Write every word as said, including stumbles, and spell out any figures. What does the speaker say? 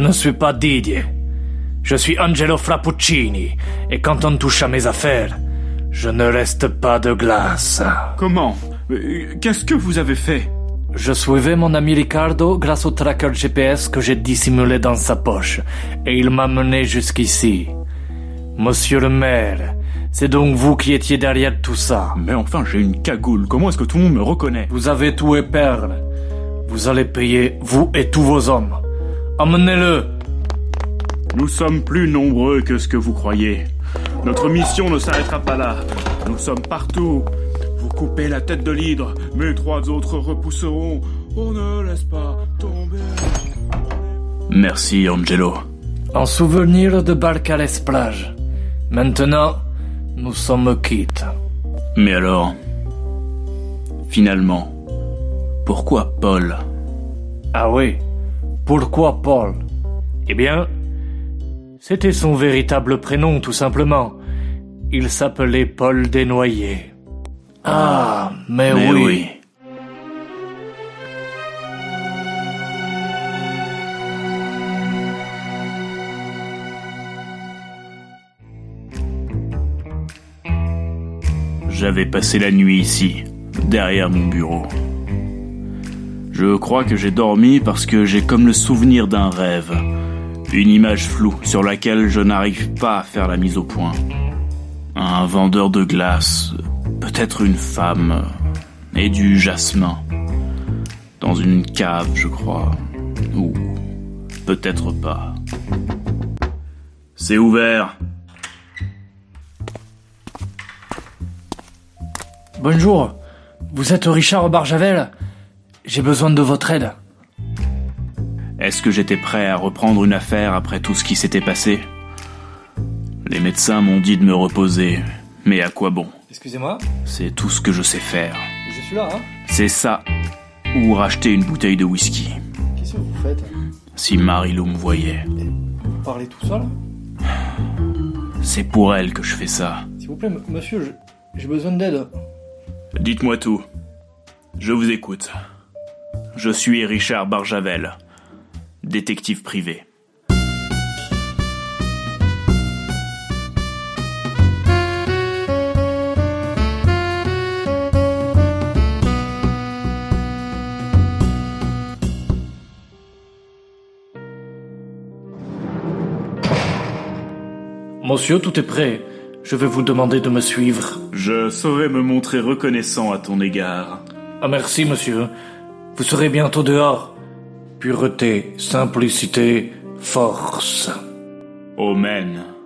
ne suis pas Didier. Je suis Angelo Frappuccini, et quand on touche à mes affaires, je ne reste pas de glace. Comment ? Qu'est-ce que vous avez fait ? Je suivais mon ami Ricardo grâce au tracker G P S que j'ai dissimulé dans sa poche, et il m'a mené jusqu'ici. Monsieur le maire, c'est donc vous qui étiez derrière tout ça. Mais enfin, j'ai une cagoule, comment est-ce que tout le monde me reconnaît ? Vous avez tué Perle. Vous allez payer, vous et tous vos hommes. Emmenez-le. Nous sommes plus nombreux que ce que vous croyez. Notre mission ne s'arrêtera pas là. Nous sommes partout. Vous coupez la tête de l'hydre, mes trois autres repousseront. On ne laisse pas tomber. Merci, Angelo. En souvenir de Barcales plage. Maintenant, nous sommes quittes. Mais alors, finalement, pourquoi Paul ? Ah oui, pourquoi Paul ? Eh bien, c'était son véritable prénom, tout simplement. Il s'appelait Paul Desnoyers. Ah, mais, mais oui. oui. J'avais passé la nuit ici, derrière mon bureau. Je crois que j'ai dormi parce que j'ai comme le souvenir d'un rêve, une image floue sur laquelle je n'arrive pas à faire la mise au point. Un vendeur de glace, peut-être une femme, et du jasmin. Dans une cave, je crois. Ou peut-être pas. C'est ouvert. Bonjour, vous êtes Richard Barjavel ? J'ai besoin de votre aide. Est-ce que j'étais prêt à reprendre une affaire après tout ce qui s'était passé ? Les médecins m'ont dit de me reposer, mais à quoi bon ? Excusez-moi ? C'est tout ce que je sais faire. Je suis là, hein ? C'est ça, ou racheter une bouteille de whisky. Qu'est-ce que vous faites ? Si Marie-Lou me voyait. Vous parlez tout seul ? C'est pour elle que je fais ça. S'il vous plaît, m- monsieur, je- j'ai besoin d'aide. Dites-moi tout. Je vous écoute. Je suis Richard Barjavel, détective privé. Monsieur, tout est prêt. Je vais vous demander de me suivre. Je saurais me montrer reconnaissant à ton égard. Ah merci, monsieur. Vous serez bientôt dehors. Pureté, simplicité, force. Amen.